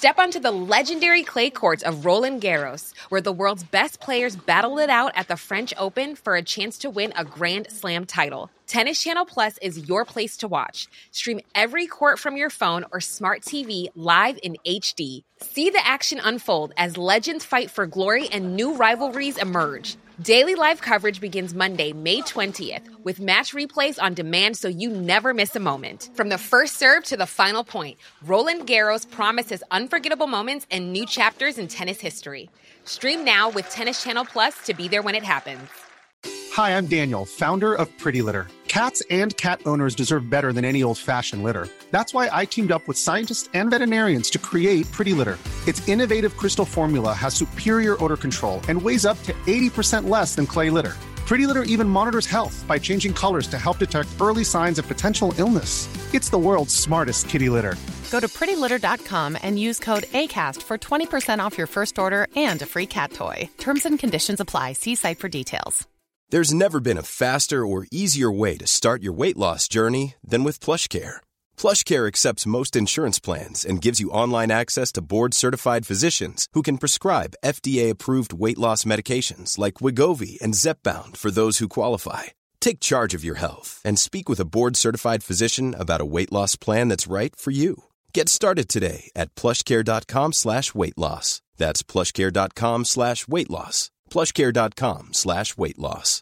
Step onto the legendary clay courts of Roland Garros, where the world's best players battle it out at the French Open for a chance to win a Grand Slam title. Tennis Channel Plus is your place to watch. Stream every court from your phone or smart TV live in HD. See the action unfold as legends fight for glory and new rivalries emerge. Daily live coverage begins Monday, May 20th, with match replays on demand so you never miss a moment. From the first serve to the final point, Roland Garros promises unforgettable moments and new chapters in tennis history. Stream now with Tennis Channel Plus to be there when it happens. Hi, I'm Daniel, founder of Pretty Litter. Cats and cat owners deserve better than any old-fashioned litter. That's why I teamed up with scientists and veterinarians to create Pretty Litter. Its innovative crystal formula has superior odor control and weighs up to 80% less than clay litter. Pretty Litter even monitors health by changing colors to help detect early signs of potential illness. It's the world's smartest kitty litter. Go to prettylitter.com and use code ACAST for 20% off your first order and a free cat toy. Terms and conditions apply. See site for details. There's never been a faster or easier way to start your weight loss journey than with PlushCare. PlushCare accepts most insurance plans and gives you online access to board-certified physicians who can prescribe FDA-approved weight loss medications like Wegovy and Zepbound for those who qualify. Take charge of your health and speak with a board-certified physician about a weight loss plan that's right for you. Get started today at plushcare.com/weight loss. That's plushcare.com/weight loss. plushcare.com/weight loss.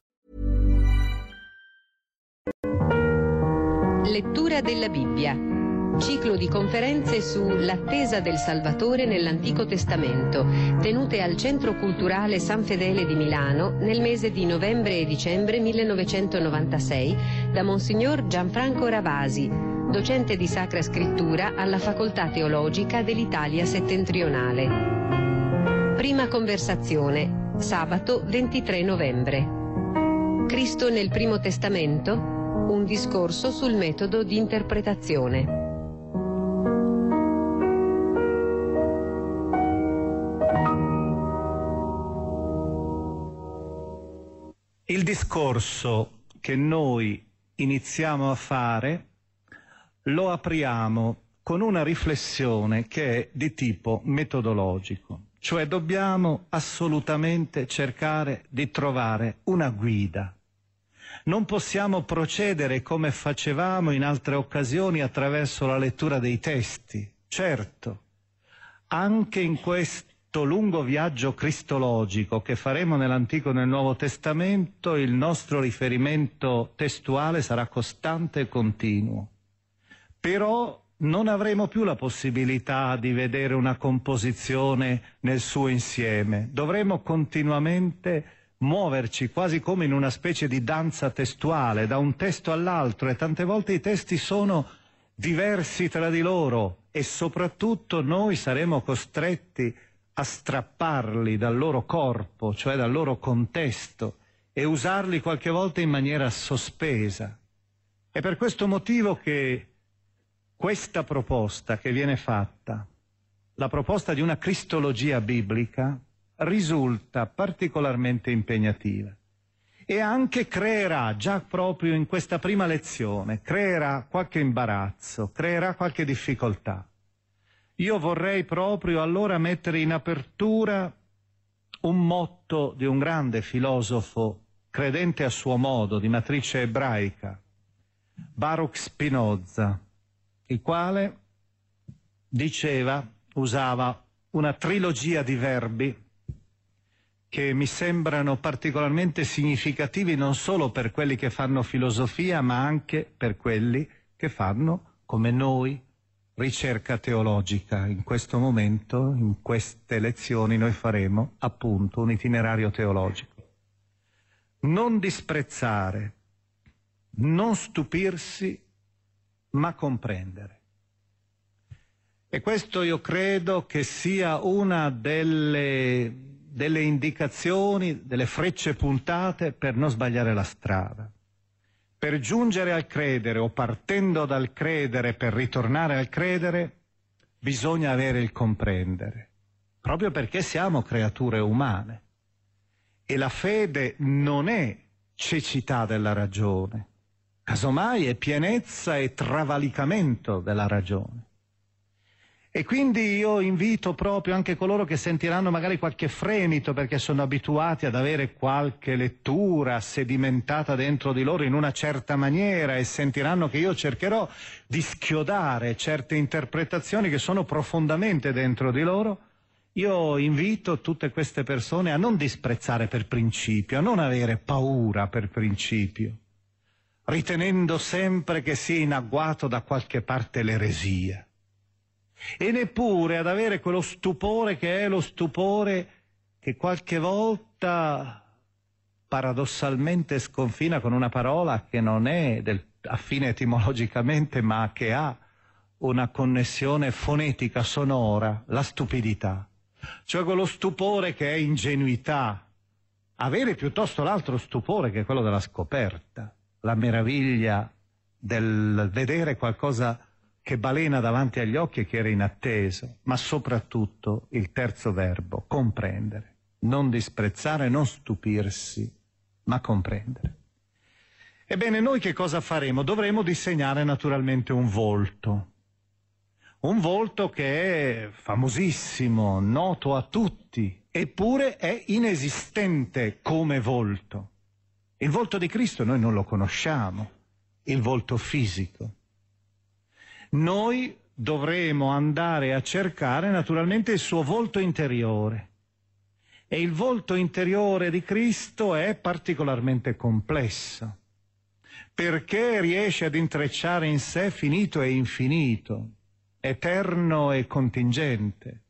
Lettura della Bibbia. Ciclo di conferenze su l'attesa del Salvatore nell'Antico Testamento, tenute al Centro Culturale San Fedele di Milano nel mese di novembre e dicembre 1996 da Monsignor Gianfranco Ravasi, docente di Sacra Scrittura alla Facoltà Teologica dell'Italia Settentrionale. Prima conversazione, sabato 23 novembre. Cristo nel Primo Testamento? Un discorso sul metodo di interpretazione. Il discorso che noi iniziamo a fare lo apriamo con una riflessione che è di tipo metodologico, cioè dobbiamo assolutamente cercare di trovare una guida. Non possiamo procedere come facevamo in altre occasioni attraverso la lettura dei testi. Certo, anche in questo lungo viaggio cristologico che faremo nell'Antico e nel Nuovo Testamento, il nostro riferimento testuale sarà costante e continuo. Però non avremo più la possibilità di vedere una composizione nel suo insieme. Dovremo continuamente muoverci quasi come in una specie di danza testuale, da un testo all'altro, e tante volte i testi sono diversi tra di loro e soprattutto noi saremo costretti a strapparli dal loro corpo, cioè dal loro contesto, e usarli qualche volta in maniera sospesa. È per questo motivo che questa proposta che viene fatta, la proposta di una cristologia biblica, risulta particolarmente impegnativa e anche creerà, già proprio in questa prima lezione, creerà qualche imbarazzo, creerà qualche difficoltà. Io vorrei proprio allora mettere in apertura un motto di un grande filosofo credente a suo modo, di matrice ebraica, Baruch Spinoza, il quale usava una trilogia di verbi che mi sembrano particolarmente significativi non solo per quelli che fanno filosofia, ma anche per quelli che fanno, come noi, ricerca teologica. In questo momento, in queste lezioni, noi faremo appunto un itinerario teologico. Non disprezzare, non stupirsi, ma comprendere. E questo io credo che sia una delle indicazioni, delle frecce puntate per non sbagliare la strada. Per giungere al credere o partendo dal credere per ritornare al credere, bisogna avere il comprendere, proprio perché siamo creature umane. E la fede non è cecità della ragione, casomai è pienezza e travalicamento della ragione. E quindi io invito proprio anche coloro che sentiranno magari qualche fremito perché sono abituati ad avere qualche lettura sedimentata dentro di loro in una certa maniera e sentiranno che io cercherò di schiodare certe interpretazioni che sono profondamente dentro di loro. Io invito tutte queste persone a non disprezzare per principio, a non avere paura per principio, ritenendo sempre che sia in agguato da qualche parte l'eresia. E neppure ad avere quello stupore che è lo stupore che qualche volta paradossalmente sconfina con una parola che non è affine etimologicamente ma che ha una connessione fonetica sonora, la stupidità, cioè quello stupore che è ingenuità, avere piuttosto l'altro stupore che è quello della scoperta, la meraviglia del vedere qualcosa che balena davanti agli occhi e che era inatteso, ma soprattutto il terzo verbo, comprendere, non disprezzare, non stupirsi, ma comprendere. Ebbene, noi che cosa faremo? Dovremo disegnare naturalmente un volto che è famosissimo, noto a tutti, eppure è inesistente come volto. Il volto di Cristo noi non lo conosciamo, il volto fisico. Noi dovremo andare a cercare naturalmente il suo volto interiore. E il volto interiore di Cristo è particolarmente complesso, perché riesce ad intrecciare in sé finito e infinito, eterno e contingente.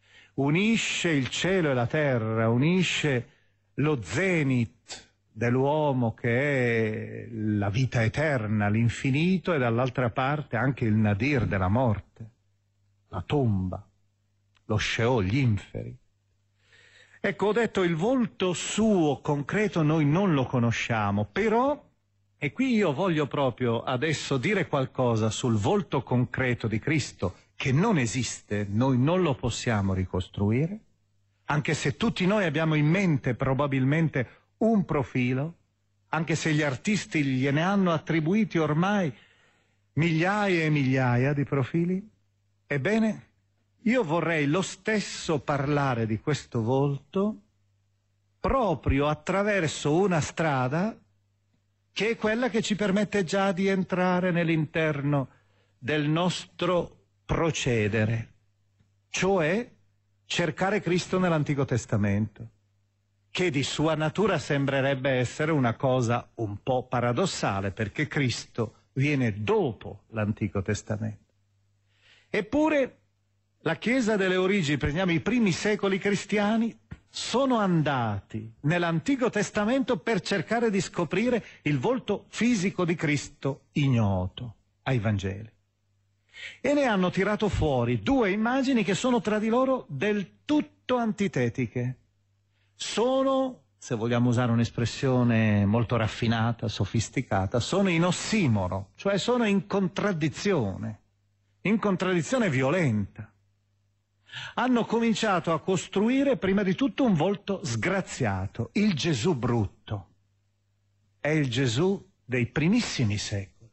Unisce il cielo e la terra, unisce lo zenit dell'uomo che è la vita eterna, l'infinito, e dall'altra parte anche il nadir della morte, la tomba, lo Sheol, gli inferi. Ecco, ho detto il volto suo concreto noi non lo conosciamo, però, e qui io voglio proprio adesso dire qualcosa sul volto concreto di Cristo, che non esiste, noi non lo possiamo ricostruire, anche se tutti noi abbiamo in mente probabilmente un profilo, anche se gli artisti gliene hanno attribuiti ormai migliaia e migliaia di profili. Ebbene, io vorrei lo stesso parlare di questo volto proprio attraverso una strada che è quella che ci permette già di entrare nell'interno del nostro procedere, cioè cercare Cristo nell'Antico Testamento, che di sua natura sembrerebbe essere una cosa un po' paradossale, perché Cristo viene dopo l'Antico Testamento. Eppure la Chiesa delle origini, prendiamo i primi secoli cristiani, sono andati nell'Antico Testamento per cercare di scoprire il volto fisico di Cristo ignoto ai Vangeli. E ne hanno tirato fuori due immagini che sono tra di loro del tutto antitetiche. Sono, se vogliamo usare un'espressione molto raffinata, sofisticata, sono in ossimoro, cioè sono in contraddizione violenta. Hanno cominciato a costruire prima di tutto un volto sgraziato, il Gesù brutto. È il Gesù dei primissimi secoli.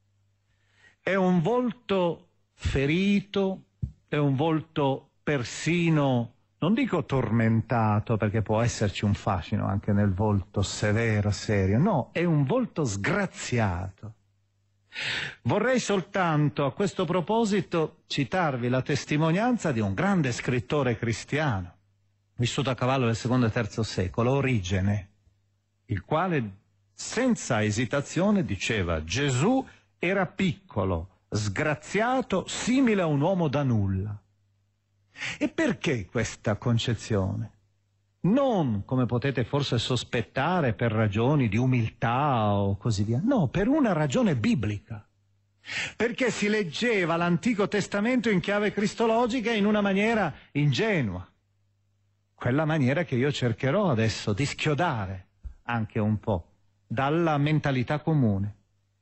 È un volto ferito, è un volto persino, non dico tormentato, perché può esserci un fascino anche nel volto severo, serio, no, è un volto sgraziato. Vorrei soltanto a questo proposito citarvi la testimonianza di un grande scrittore cristiano, vissuto a cavallo del secondo e terzo secolo, Origene, il quale senza esitazione diceva: Gesù era piccolo, sgraziato, simile a un uomo da nulla. E perché questa concezione? Non, come potete forse sospettare, per ragioni di umiltà o così via, no, per una ragione biblica. Perché si leggeva l'Antico Testamento in chiave cristologica in una maniera ingenua. Quella maniera che io cercherò adesso di schiodare anche un po' dalla mentalità comune.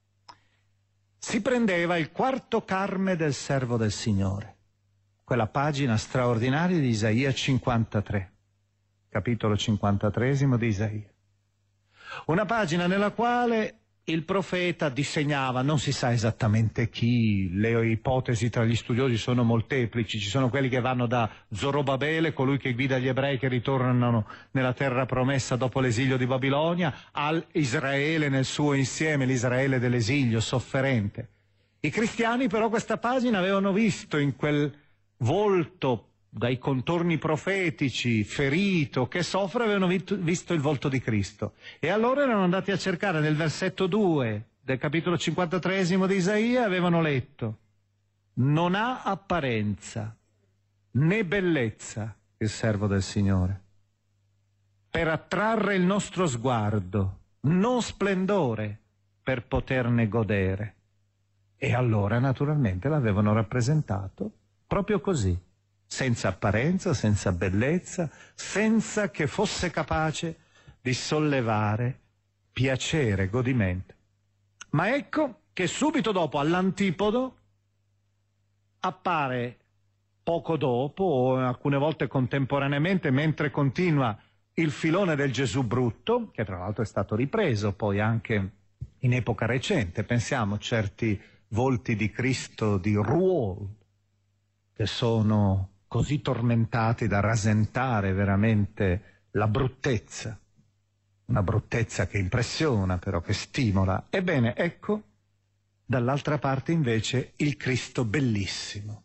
Si prendeva il quarto carme del servo del Signore, quella pagina straordinaria di Isaia 53, capitolo 53 di Isaia. Una pagina nella quale il profeta disegnava, non si sa esattamente chi, le ipotesi tra gli studiosi sono molteplici, ci sono quelli che vanno da Zorobabele, colui che guida gli ebrei che ritornano nella terra promessa dopo l'esilio di Babilonia, al Israele nel suo insieme, l'Israele dell'esilio sofferente. I cristiani però questa pagina avevano visto in quel volto dai contorni profetici, ferito, che soffre, avevano visto il volto di Cristo. E allora erano andati a cercare nel versetto 2 del capitolo 53 di Isaia, avevano letto: non ha apparenza né bellezza il servo del Signore, per attrarre il nostro sguardo, non splendore per poterne godere. E allora naturalmente l'avevano rappresentato proprio così, senza apparenza, senza bellezza, senza che fosse capace di sollevare piacere, godimento. Ma ecco che subito dopo, all'antipodo, appare poco dopo, o alcune volte contemporaneamente, mentre continua il filone del Gesù brutto, che tra l'altro è stato ripreso poi anche in epoca recente. Pensiamo a certi volti di Cristo di Rouault, che sono così tormentati da rasentare veramente la bruttezza, una bruttezza che impressiona però, che stimola. Ebbene, ecco, dall'altra parte invece il Cristo bellissimo.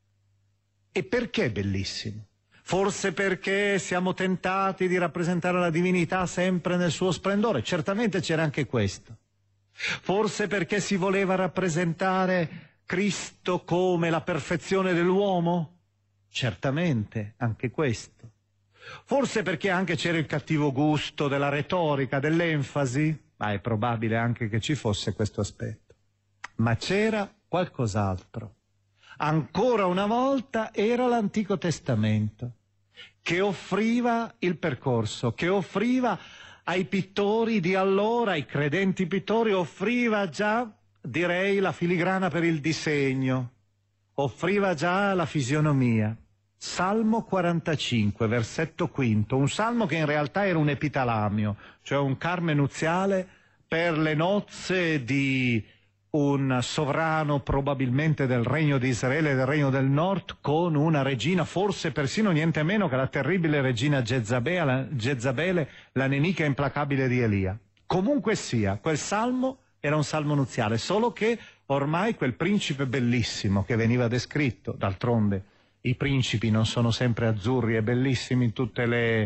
E perché bellissimo? Forse perché siamo tentati di rappresentare la divinità sempre nel suo splendore? Certamente c'era anche questo. Forse perché si voleva rappresentare Cristo come la perfezione dell'uomo? Certamente, anche questo. Forse perché anche c'era il cattivo gusto della retorica, dell'enfasi? Ma è probabile anche che ci fosse questo aspetto. Ma c'era qualcos'altro. Ancora una volta era l'Antico Testamento, che offriva il percorso, che offriva ai pittori di allora, ai credenti pittori, offriva già, direi, la filigrana per il disegno, offriva già la fisionomia. Salmo 45, versetto quinto, un salmo che in realtà era un epitalamio, cioè un carme nuziale per le nozze di un sovrano probabilmente del regno di Israele, del regno del nord, con una regina, forse persino niente meno che la terribile regina Jezabele, la nemica implacabile di Elia. Comunque sia, quel salmo era un salmo nuziale, solo che ormai quel principe bellissimo che veniva descritto, d'altronde i principi non sono sempre azzurri e bellissimi in tutte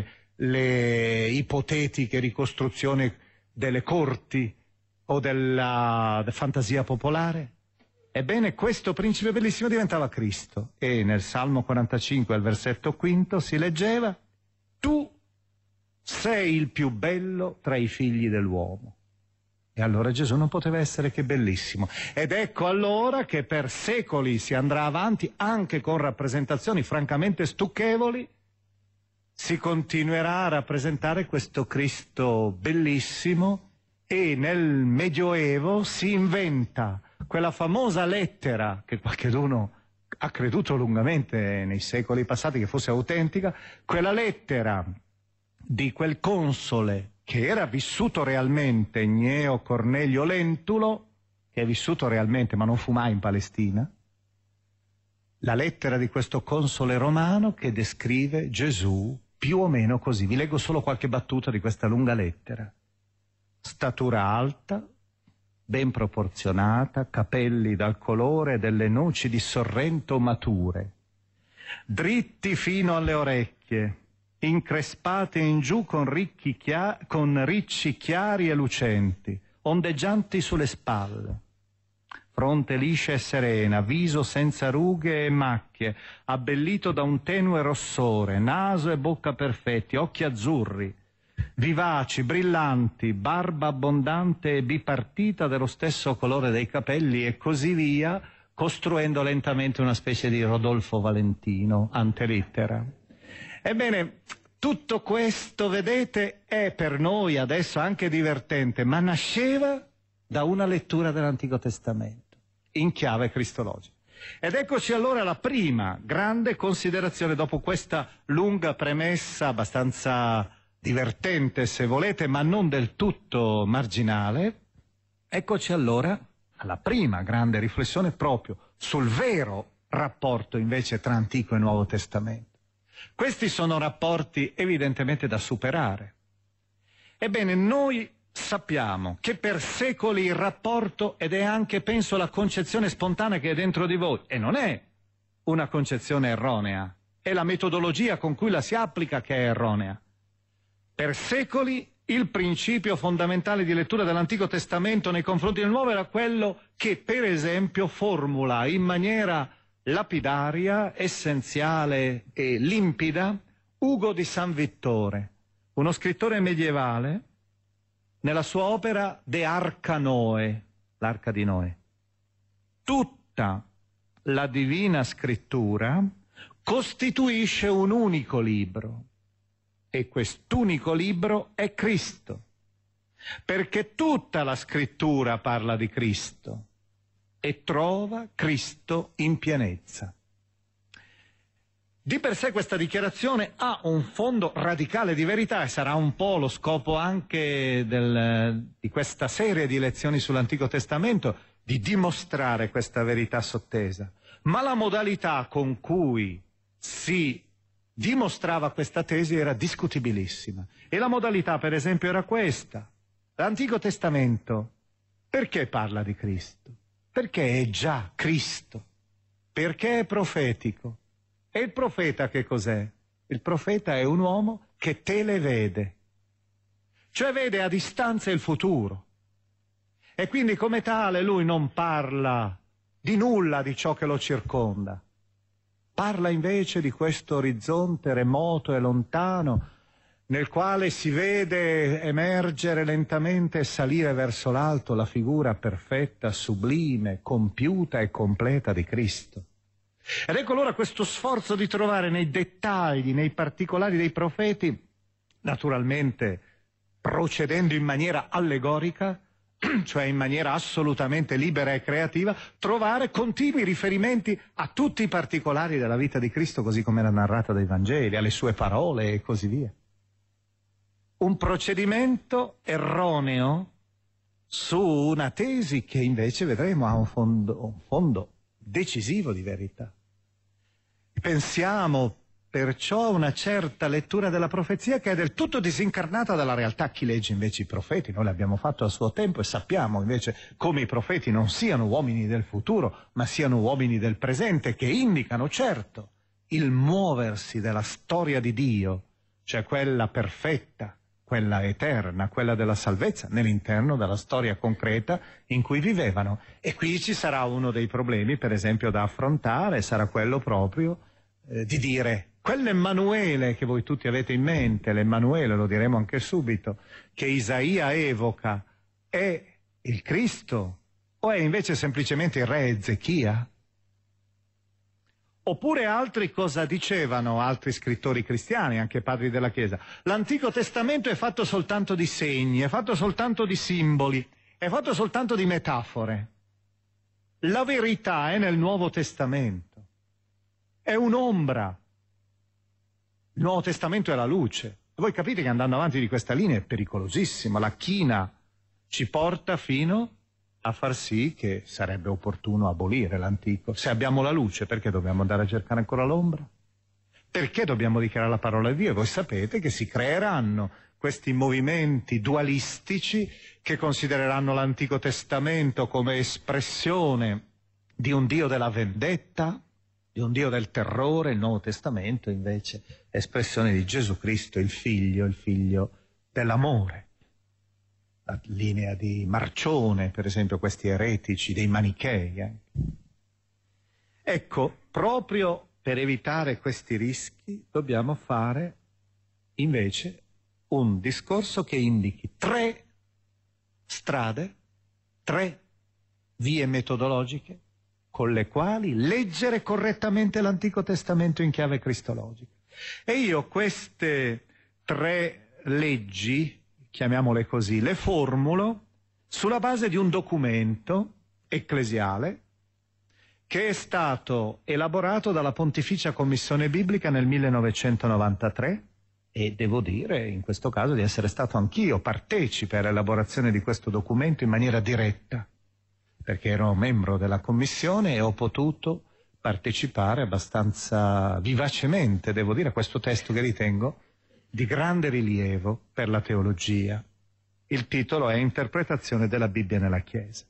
le ipotetiche ricostruzioni delle corti o della fantasia popolare. Ebbene, questo principe bellissimo diventava Cristo, e nel Salmo 45 al versetto quinto si leggeva: tu sei il più bello tra i figli dell'uomo. E allora Gesù non poteva essere che bellissimo. Ed ecco allora che per secoli si andrà avanti, anche con rappresentazioni francamente stucchevoli, si continuerà a rappresentare questo Cristo bellissimo, e nel Medioevo si inventa quella famosa lettera che qualcheduno ha creduto lungamente nei secoli passati che fosse autentica, quella lettera di quel console che era vissuto realmente, Gneo Cornelio Lentulo, che è vissuto realmente ma non fu mai in Palestina, la lettera di questo console romano che descrive Gesù più o meno così. Vi leggo solo qualche battuta di questa lunga lettera. Statura alta, ben proporzionata, capelli dal colore delle noci di Sorrento mature, dritti fino alle orecchie, increspate in giù con ricci chiari e lucenti, ondeggianti sulle spalle, fronte liscia e serena, viso senza rughe e macchie, abbellito da un tenue rossore, naso e bocca perfetti, occhi azzurri, vivaci, brillanti, barba abbondante e bipartita dello stesso colore dei capelli, e così via, costruendo lentamente una specie di Rodolfo Valentino antelittera. Ebbene, tutto questo, vedete, è per noi adesso anche divertente, ma nasceva da una lettura dell'Antico Testamento, in chiave cristologica. Ed eccoci allora alla prima grande considerazione, dopo questa lunga premessa abbastanza divertente, se volete, ma non del tutto marginale. Eccoci allora alla prima grande riflessione proprio sul vero rapporto invece tra Antico e Nuovo Testamento. Questi sono rapporti evidentemente da superare. Ebbene, noi sappiamo che per secoli il rapporto, ed è anche, penso, la concezione spontanea che è dentro di voi, e non è una concezione erronea, è la metodologia con cui la si applica che è erronea. Per secoli il principio fondamentale di lettura dell'Antico Testamento nei confronti del Nuovo era quello che, per esempio, formula in maniera lapidaria, essenziale e limpida Ugo di San Vittore, uno scrittore medievale, nella sua opera De Arca Noe, l'Arca di Noè. Tutta la Divina Scrittura costituisce un unico libro, e quest'unico libro è Cristo, perché tutta la Scrittura parla di Cristo e trova Cristo in pienezza. Di per sé questa dichiarazione ha un fondo radicale di verità e sarà un po' lo scopo anche di questa serie di lezioni sull'Antico Testamento, di dimostrare questa verità sottesa. Ma la modalità con cui si dimostrava questa tesi era discutibilissima. E la modalità, per esempio, era questa. L'Antico Testamento perché parla di Cristo? Perché è già Cristo. Perché è profetico. E il profeta che cos'è? Il profeta è un uomo che televede. Cioè vede a distanza il futuro. E quindi come tale lui non parla di nulla di ciò che lo circonda. Parla invece di questo orizzonte remoto e lontano nel quale si vede emergere lentamente e salire verso l'alto la figura perfetta, sublime, compiuta e completa di Cristo. Ed ecco allora questo sforzo di trovare nei dettagli, nei particolari dei profeti, naturalmente procedendo in maniera allegorica, cioè in maniera assolutamente libera e creativa, trovare continui riferimenti a tutti i particolari della vita di Cristo, così come era narrata dai Vangeli, alle sue parole e così via. Un procedimento erroneo su una tesi che invece vedremo ha un fondo decisivo di verità. Pensiamo perciò a una certa lettura della profezia che è del tutto disincarnata dalla realtà. Chi legge invece i profeti, noi l'abbiamo fatto a suo tempo e sappiamo invece come i profeti non siano uomini del futuro, ma siano uomini del presente, che indicano certo il muoversi della storia di Dio, cioè quella perfetta, quella eterna, quella della salvezza, nell'interno della storia concreta in cui vivevano. E qui ci sarà uno dei problemi, per esempio, da affrontare, sarà quello proprio di dire quell'Emmanuele che voi tutti avete in mente, l'Emmanuele, lo diremo anche subito, che Isaia evoca, è il Cristo o è invece semplicemente il re Ezechia? Oppure altri cosa dicevano, altri scrittori cristiani, anche padri della Chiesa? L'Antico Testamento è fatto soltanto di segni, è fatto soltanto di simboli, è fatto soltanto di metafore. La verità è nel Nuovo Testamento, è un'ombra. Il Nuovo Testamento è la luce. E voi capite che andando avanti di questa linea è pericolosissima, la china ci porta fino a far sì che sarebbe opportuno abolire l'antico. Se abbiamo la luce, perché dobbiamo andare a cercare ancora l'ombra? Perché dobbiamo dichiarare la parola di Dio? E voi sapete che si creeranno questi movimenti dualistici che considereranno l'Antico Testamento come espressione di un Dio della vendetta, di un Dio del terrore. Il Nuovo Testamento invece è espressione di Gesù Cristo, il figlio dell'amore. La linea di Marcione, per esempio, questi eretici, dei manichei. Ecco, proprio per evitare questi rischi dobbiamo fare invece un discorso che indichi 3 strade, 3 vie metodologiche con le quali leggere correttamente l'Antico Testamento in chiave cristologica. E io queste 3 leggi, chiamiamole così, le formulo sulla base di un documento ecclesiale che è stato elaborato dalla Pontificia Commissione Biblica nel 1993 e devo dire in questo caso di essere stato anch'io partecipe all'elaborazione di questo documento in maniera diretta, perché ero membro della commissione e ho potuto partecipare abbastanza vivacemente, devo dire, a questo testo che ritengo di grande rilievo per la teologia. Il titolo è Interpretazione della Bibbia nella Chiesa.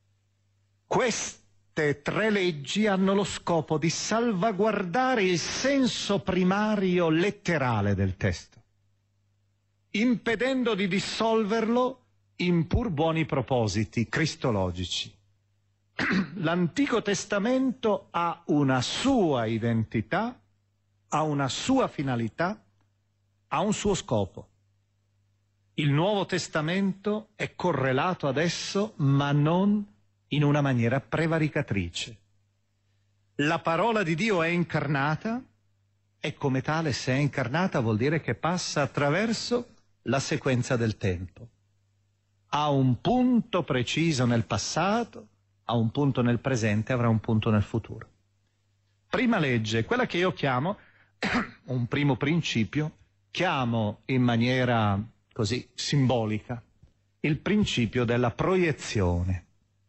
Queste 3 leggi hanno lo scopo di salvaguardare il senso primario letterale del testo, impedendo di dissolverlo in pur buoni propositi cristologici. L'Antico Testamento ha una sua identità, ha una sua finalità, ha un suo scopo. Il Nuovo Testamento è correlato ad esso, ma non in una maniera prevaricatrice. La parola di Dio è incarnata e come tale, se è incarnata, vuol dire che passa attraverso la sequenza del tempo. Ha un punto preciso nel passato, ha un punto nel presente, avrà un punto nel futuro. Prima legge, quella che io chiamo, un primo principio, chiamo in maniera così simbolica, il principio della proiezione,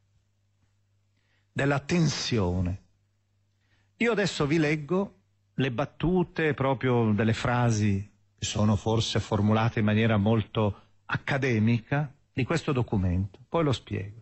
della tensione. Io adesso vi leggo le battute proprio delle frasi che sono forse formulate in maniera molto accademica di questo documento, poi lo spiego.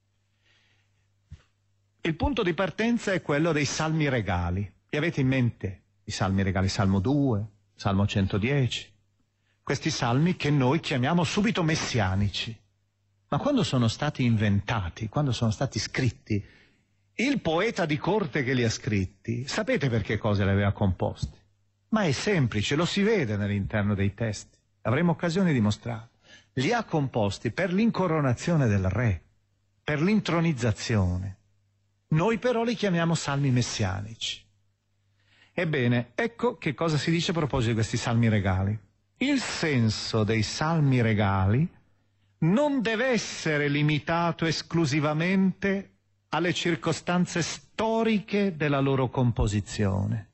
Il punto di partenza è quello dei salmi regali. Li avete in mente i salmi regali? Salmo 2, Salmo 110. Questi salmi che noi chiamiamo subito messianici. Ma quando sono stati inventati, quando sono stati scritti, il poeta di corte che li ha scritti, sapete per che cosa li aveva composti? Ma è semplice, lo si vede all'interno dei testi. Avremo occasione di mostrarlo. Li ha composti per l'incoronazione del re, per l'intronizzazione. Noi però li chiamiamo salmi messianici. Ebbene, ecco che cosa si dice a proposito di questi salmi regali. Il senso dei salmi regali non deve essere limitato esclusivamente alle circostanze storiche della loro composizione.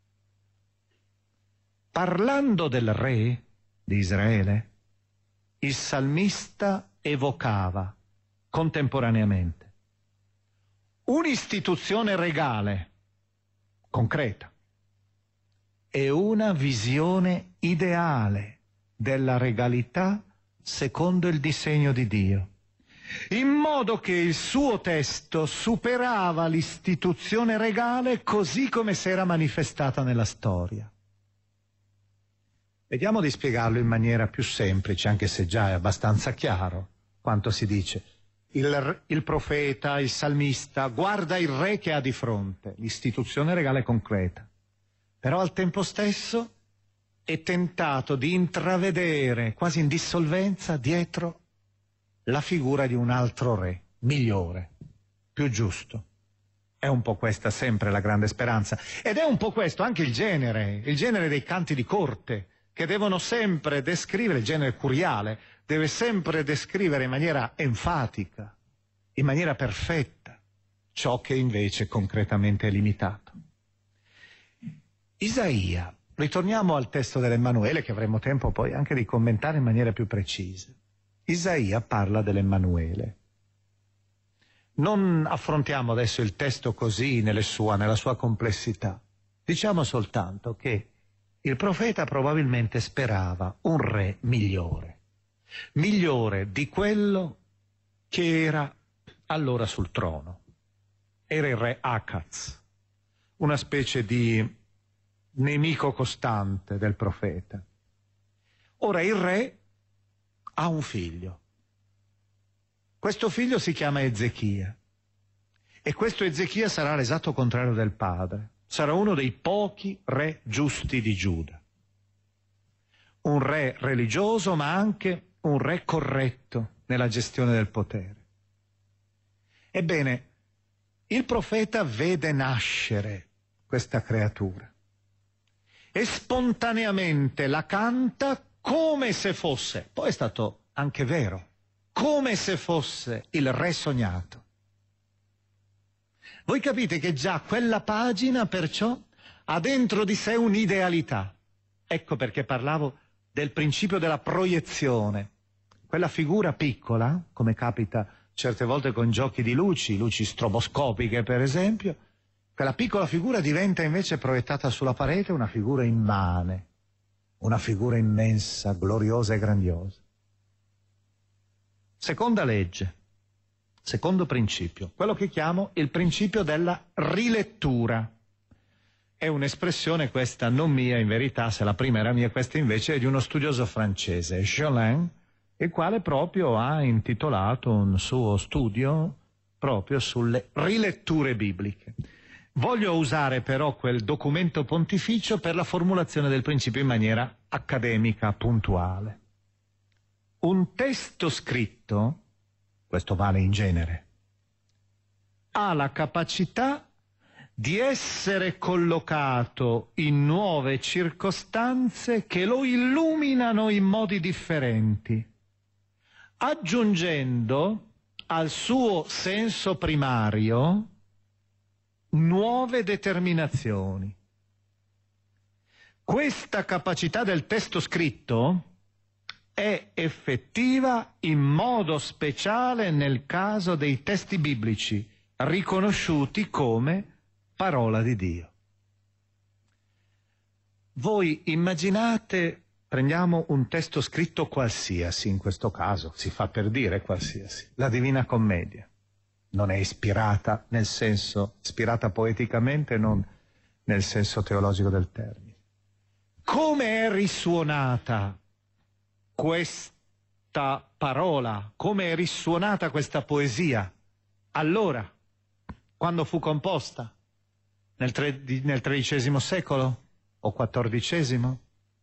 Parlando del re di Israele, il salmista evocava contemporaneamente un'istituzione regale, concreta, e una visione ideale della regalità secondo il disegno di Dio, in modo che il suo testo superava l'istituzione regale così come si era manifestata nella storia. Vediamo di spiegarlo in maniera più semplice, anche se già è abbastanza chiaro quanto si dice. Il profeta, il salmista, guarda il re che ha di fronte, l'istituzione regale concreta. Però al tempo stesso è tentato di intravedere, quasi in dissolvenza, dietro la figura di un altro re, migliore, più giusto. È un po' questa sempre la grande speranza. Ed è un po' questo anche il genere dei canti di corte, che devono sempre descrivere, il genere curiale, deve sempre descrivere in maniera enfatica, in maniera perfetta, ciò che invece concretamente è limitato. Isaia, ritorniamo al testo dell'Emmanuele, che avremo tempo poi anche di commentare in maniera più precisa. Isaia parla dell'Emmanuele. Non affrontiamo adesso il testo così nella sua complessità. Diciamo soltanto che il profeta probabilmente sperava un re migliore di quello che era allora sul trono. Era il re Acaz, una specie di nemico costante del profeta. Ora il re ha un figlio. Questo figlio si chiama Ezechia e questo Ezechia sarà l'esatto contrario del padre. Sarà uno dei pochi re giusti di Giuda. Un re religioso, ma anche un re corretto nella gestione del potere. Ebbene, il profeta vede nascere questa creatura e spontaneamente la canta come se fosse, poi è stato anche vero, come se fosse il re sognato. Voi capite che già quella pagina perciò ha dentro di sé un'idealità, Ecco perché parlavo del principio della proiezione. Quella figura piccola, come capita certe volte con giochi di luci stroboscopiche per esempio, quella piccola figura diventa invece proiettata sulla parete una figura immane, una figura immensa, gloriosa e grandiosa. Seconda legge, secondo principio, quello che chiamo il principio della rilettura. È un'espressione questa non mia in verità, se la prima era mia, questa invece è di uno studioso francese, Jolin, il quale proprio ha intitolato un suo studio proprio sulle riletture bibliche. Voglio usare però quel documento pontificio per la formulazione del principio in maniera accademica, puntuale. Un testo scritto, questo vale in genere, ha la capacità di essere collocato in nuove circostanze che lo illuminano in modi differenti, aggiungendo al suo senso primario nuove determinazioni. Questa capacità del testo scritto è effettiva in modo speciale nel caso dei testi biblici, riconosciuti come parola di Dio. Voi immaginate, prendiamo un testo scritto qualsiasi, in questo caso si fa per dire qualsiasi, la Divina Commedia. Non è ispirata nel senso, ispirata poeticamente, non nel senso teologico del termine. Come è risuonata questa parola, come è risuonata questa poesia allora, quando fu composta? Nel XIII secolo o XIV?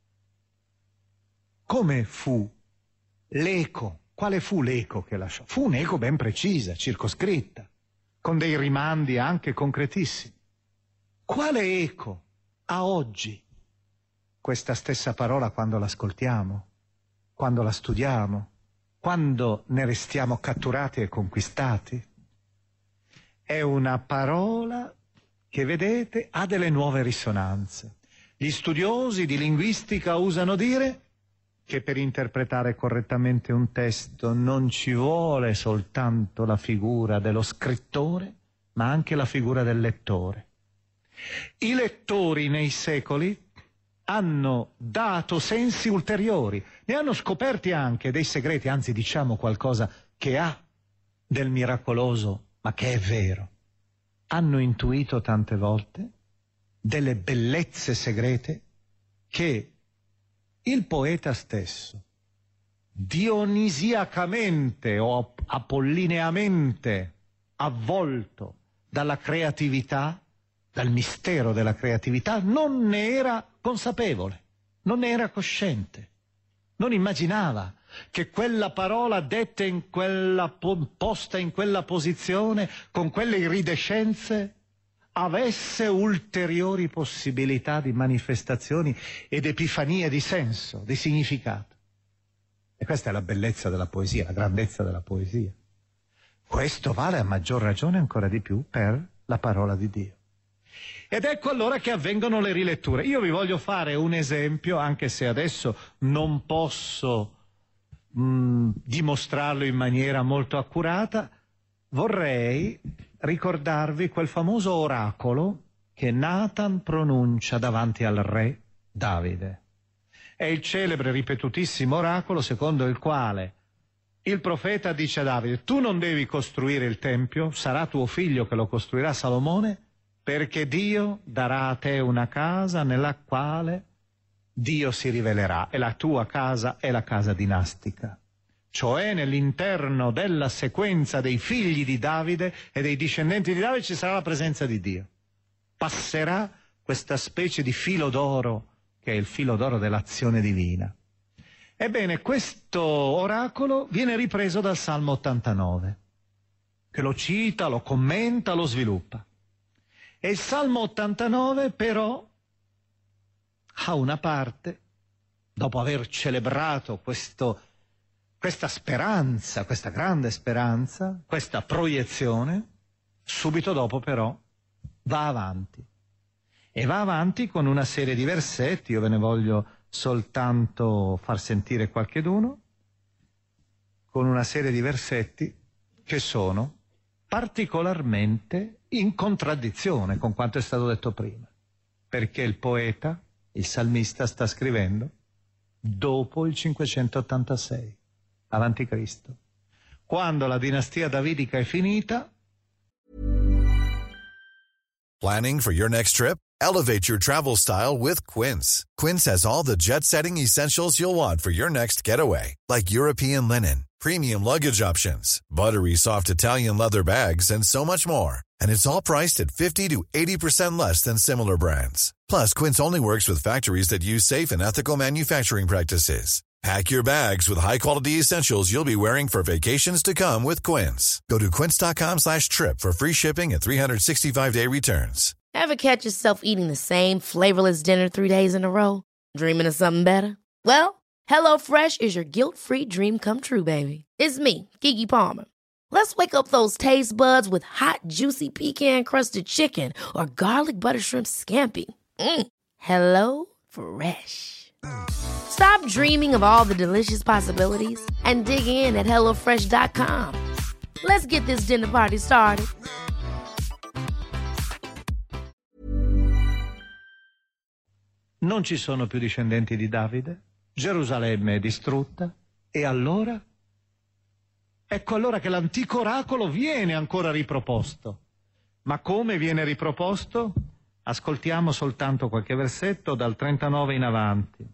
Come fu l'eco? Quale fu l'eco che lasciò? Fu un'eco ben precisa, circoscritta, con dei rimandi anche concretissimi. Quale eco ha oggi questa stessa parola quando l'ascoltiamo, quando la studiamo, quando ne restiamo catturati e conquistati? È una parola che, vedete, ha delle nuove risonanze. Gli studiosi di linguistica usano dire che per interpretare correttamente un testo non ci vuole soltanto la figura dello scrittore, ma anche la figura del lettore. I lettori nei secoli hanno dato sensi ulteriori, ne hanno scoperti anche dei segreti, anzi diciamo qualcosa che ha del miracoloso, ma che è vero. Hanno intuito tante volte delle bellezze segrete che il poeta stesso, dionisiacamente o apollineamente avvolto dalla creatività, dal mistero della creatività, non ne era consapevole, non ne era cosciente, non immaginava che quella parola detta in quella posta in quella posizione, con quelle iridescenze, avesse ulteriori possibilità di manifestazioni ed epifanie di senso, di significato. E questa è la bellezza della poesia, la grandezza della poesia. Questo vale a maggior ragione ancora di più per la parola di Dio. Ed ecco allora che avvengono le riletture. Io vi voglio fare un esempio, anche se adesso non posso dimostrarlo in maniera molto accurata. Vorrei ricordarvi quel famoso oracolo che Nathan pronuncia davanti al re Davide. È il celebre, ripetutissimo oracolo secondo il quale il profeta dice a Davide: tu non devi costruire il tempio, sarà tuo figlio che lo costruirà, Salomone, perché Dio darà a te una casa nella quale Dio si rivelerà, e la tua casa è la casa dinastica. Cioè nell'interno della sequenza dei figli di Davide e dei discendenti di Davide ci sarà la presenza di Dio. Passerà questa specie di filo d'oro, che è il filo d'oro dell'azione divina. Ebbene, questo oracolo viene ripreso dal Salmo 89, che lo cita, lo commenta, lo sviluppa. E il Salmo 89 però ha una parte, dopo aver celebrato questa speranza, questa grande speranza, questa proiezione, subito dopo però va avanti E va avanti con una serie di versetti, io ve ne voglio soltanto far sentire qualcheduno, con una serie di versetti che sono particolarmente in contraddizione con quanto è stato detto prima, perché il poeta, il salmista, sta scrivendo dopo il 586 avanti Cristo, quando la dinastia davidica è finita. Planning for your next trip? Elevate your travel style with Quince. Quince has all the jet-setting essentials you'll want for your next getaway, like European linen, premium luggage options, buttery soft Italian leather bags, and so much more. And it's all priced at 50 to 80% less than similar brands. Plus, Quince only works with factories that use safe and ethical manufacturing practices. Pack your bags with high-quality essentials you'll be wearing for vacations to come with Quince. Go to quince.com/trip for free shipping and 365-day returns. Ever catch yourself eating the same flavorless dinner 3 days in a row? Dreaming of something better? Well, HelloFresh is your guilt-free dream come true, baby. It's me, Keke Palmer. Let's wake up those taste buds with hot, juicy pecan-crusted chicken or garlic butter shrimp scampi. Hello Fresh. Stop dreaming of all the delicious possibilities and dig in at HelloFresh.com. Let's get this dinner party started. Non ci sono più discendenti di Davide, Gerusalemme è distrutta, e allora? Ecco allora che l'antico oracolo viene ancora riproposto. Ma come viene riproposto? Ascoltiamo soltanto qualche versetto dal 39 in avanti.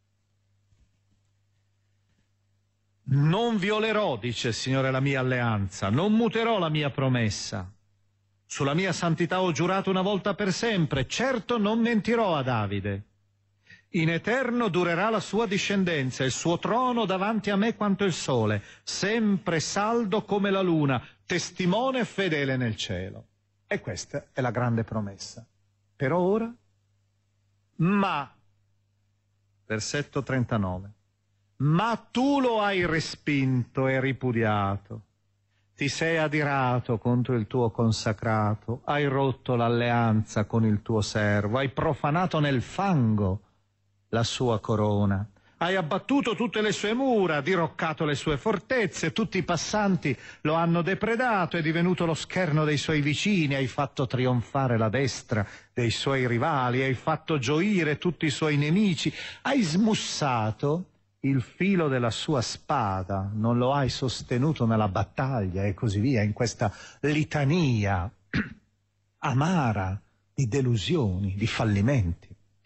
Non violerò, dice il Signore, la mia alleanza, non muterò la mia promessa. Sulla mia santità ho giurato una volta per sempre, certo non mentirò a Davide. In eterno durerà la sua discendenza, il suo trono davanti a me quanto il sole, sempre saldo come la luna, testimone fedele nel cielo. E questa è la grande promessa. Per ora, ma, versetto 39, ma tu lo hai respinto e ripudiato. Ti sei adirato contro il tuo consacrato, hai rotto l'alleanza con il tuo servo, hai profanato nel fango la sua corona, hai abbattuto tutte le sue mura, diroccato le sue fortezze, tutti i passanti lo hanno depredato, è divenuto lo scherno dei suoi vicini, hai fatto trionfare la destra dei suoi rivali, hai fatto gioire tutti i suoi nemici, hai smussato il filo della sua spada, non lo hai sostenuto nella battaglia e così via, in questa litania amara di delusioni, di fallimenti.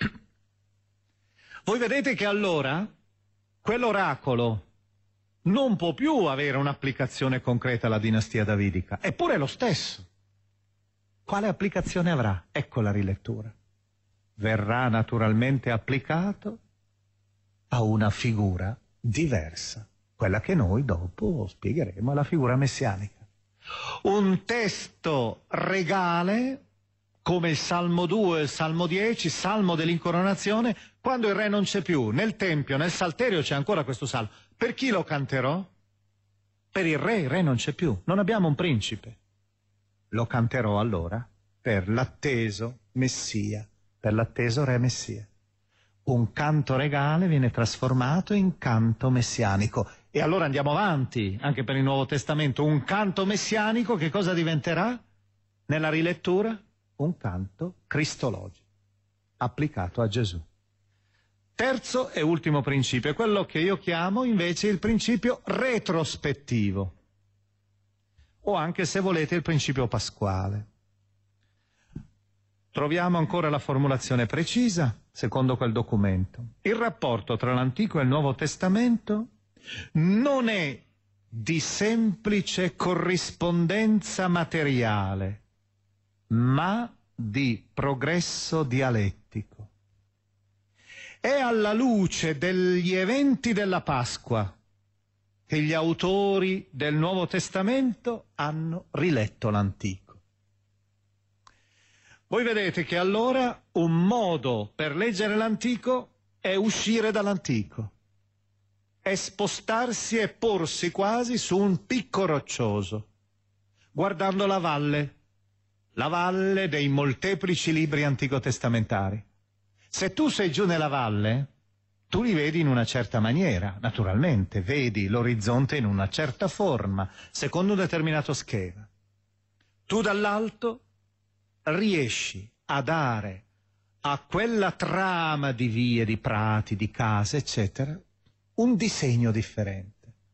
Voi vedete che allora quell'oracolo non può più avere un'applicazione concreta alla dinastia davidica, eppure è lo stesso. Quale applicazione avrà? Ecco la rilettura. Verrà naturalmente applicato a una figura diversa, quella che noi dopo spiegheremo, è la figura messianica. Un testo regale, come il Salmo 2 e il Salmo 10, Salmo dell'incoronazione, quando il re non c'è più. Nel Tempio, nel Salterio c'è ancora questo Salmo. Per chi lo canterò? Per il re non c'è più, non abbiamo un principe. Lo canterò allora per l'atteso Messia, per l'atteso re Messia. Un canto regale viene trasformato in canto messianico. E allora andiamo avanti, anche per il Nuovo Testamento. Un canto messianico che cosa diventerà? Nella rilettura? Un canto cristologico, applicato a Gesù. Terzo e ultimo principio, è quello che io chiamo invece il principio retrospettivo, o anche, se volete, il principio pasquale. Troviamo ancora la formulazione precisa, secondo quel documento. Il rapporto tra l'Antico e il Nuovo Testamento non è di semplice corrispondenza materiale, ma di progresso dialettico. È alla luce degli eventi della Pasqua che gli autori del Nuovo Testamento hanno riletto l'Antico. Voi vedete che allora un modo per leggere l'Antico è uscire dall'Antico, è spostarsi e porsi quasi su un picco roccioso, guardando la valle la valle dei molteplici libri anticotestamentari. Se tu sei giù nella valle, tu li vedi in una certa maniera, naturalmente, vedi l'orizzonte in una certa forma, secondo un determinato schema. Tu dall'alto riesci a dare a quella trama di vie, di prati, di case, eccetera, un disegno differente.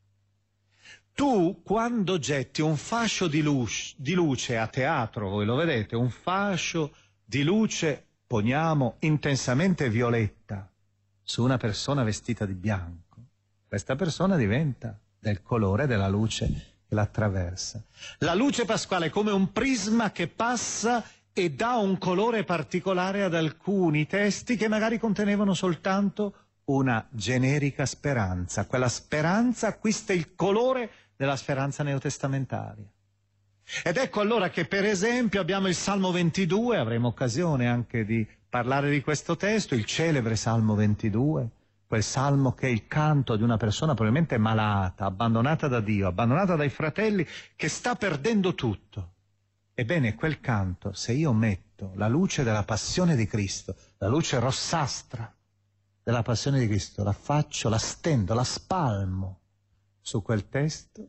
Tu, quando getti un fascio di luce a teatro, voi lo vedete, un fascio di luce, poniamo, intensamente violetta, su una persona vestita di bianco, questa persona diventa del colore della luce che l'attraversa. La luce pasquale è come un prisma che passa e dà un colore particolare ad alcuni testi che magari contenevano soltanto una generica speranza. Quella speranza acquista il colore della speranza neotestamentaria. Ed ecco allora che, per esempio, abbiamo il Salmo 22, avremo occasione anche di parlare di questo testo, il celebre Salmo 22, quel salmo che è il canto di una persona probabilmente malata, abbandonata da Dio, abbandonata dai fratelli, che sta perdendo tutto. Ebbene, quel canto, se io metto la luce della passione di Cristo, la luce rossastra della passione di Cristo, la faccio, la stendo, la spalmo su quel testo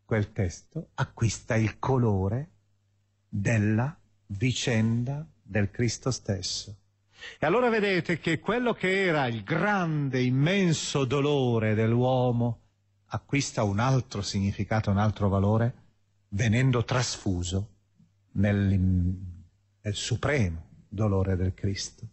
acquista il colore della vicenda del Cristo stesso. E allora vedete che quello che era il grande, immenso dolore dell'uomo acquista un altro significato, un altro valore, venendo trasfuso nel supremo dolore del Cristo.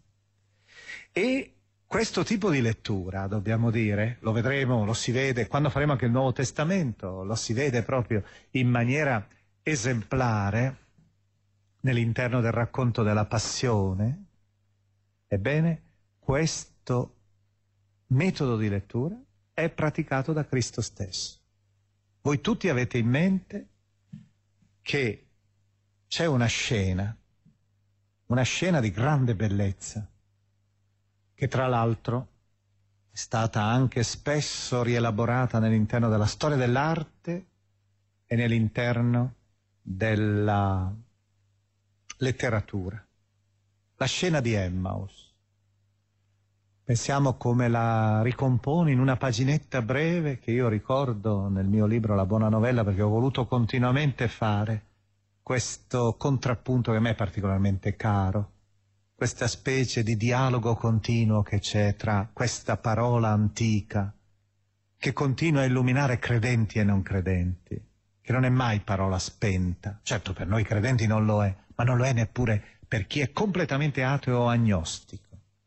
E questo tipo di lettura, dobbiamo dire, lo vedremo, lo si vede, quando faremo anche il Nuovo Testamento, lo si vede proprio in maniera esemplare nell'interno del racconto della Passione. Ebbene, questo metodo di lettura è praticato da Cristo stesso. Voi tutti avete in mente che c'è una scena di grande bellezza, che tra l'altro è stata anche spesso rielaborata nell'interno della storia dell'arte e nell'interno della letteratura. La scena di Emmaus. Pensiamo come la ricompone in una paginetta breve che io ricordo nel mio libro La buona novella, perché ho voluto continuamente fare questo contrappunto che a me è particolarmente caro, questa specie di dialogo continuo che c'è tra questa parola antica che continua a illuminare credenti e non credenti, che non è mai parola spenta. Certo, per noi credenti non lo è, ma non lo è neppure per chi è completamente ateo o agnostico.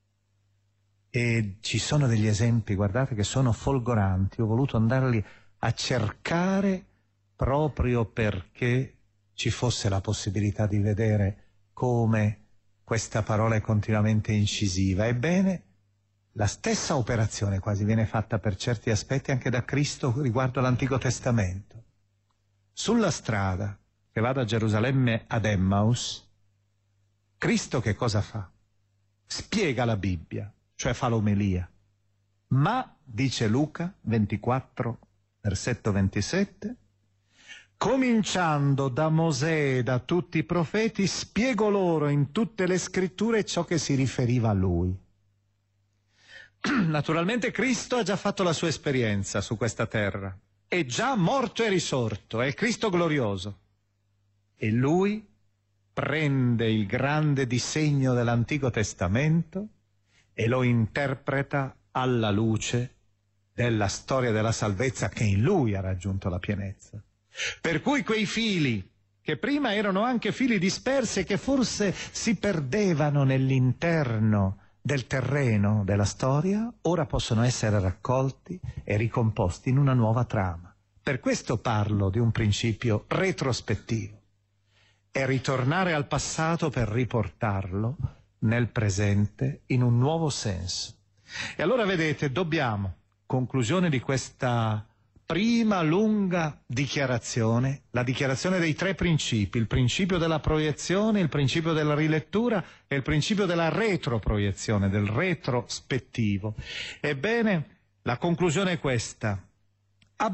E ci sono degli esempi, guardate, che sono folgoranti. Ho voluto andarli a cercare proprio perché ci fosse la possibilità di vedere come questa parola è continuamente incisiva. Ebbene, la stessa operazione quasi viene fatta per certi aspetti anche da Cristo riguardo all'Antico Testamento. Sulla strada che va da Gerusalemme ad Emmaus, Cristo che cosa fa? Spiega la Bibbia, cioè fa l'omelia. Ma, dice Luca 24, versetto 27, cominciando da Mosè e da tutti i profeti, spiego loro in tutte le scritture ciò che si riferiva a lui. Naturalmente Cristo ha già fatto la sua esperienza su questa terra, è già morto e risorto, è il Cristo glorioso. E lui prende il grande disegno dell'Antico Testamento e lo interpreta alla luce della storia della salvezza che in lui ha raggiunto la pienezza. Per cui quei fili, che prima erano anche fili dispersi e che forse si perdevano nell'interno del terreno della storia, ora possono essere raccolti e ricomposti in una nuova trama. Per questo parlo di un principio retrospettivo. È ritornare al passato per riportarlo nel presente in un nuovo senso. E allora vedete, dobbiamo, conclusione di questa prima lunga dichiarazione, la dichiarazione dei tre principi, il principio della proiezione, il principio della rilettura e il principio della retroproiezione, del retrospettivo. Ebbene, la conclusione è questa: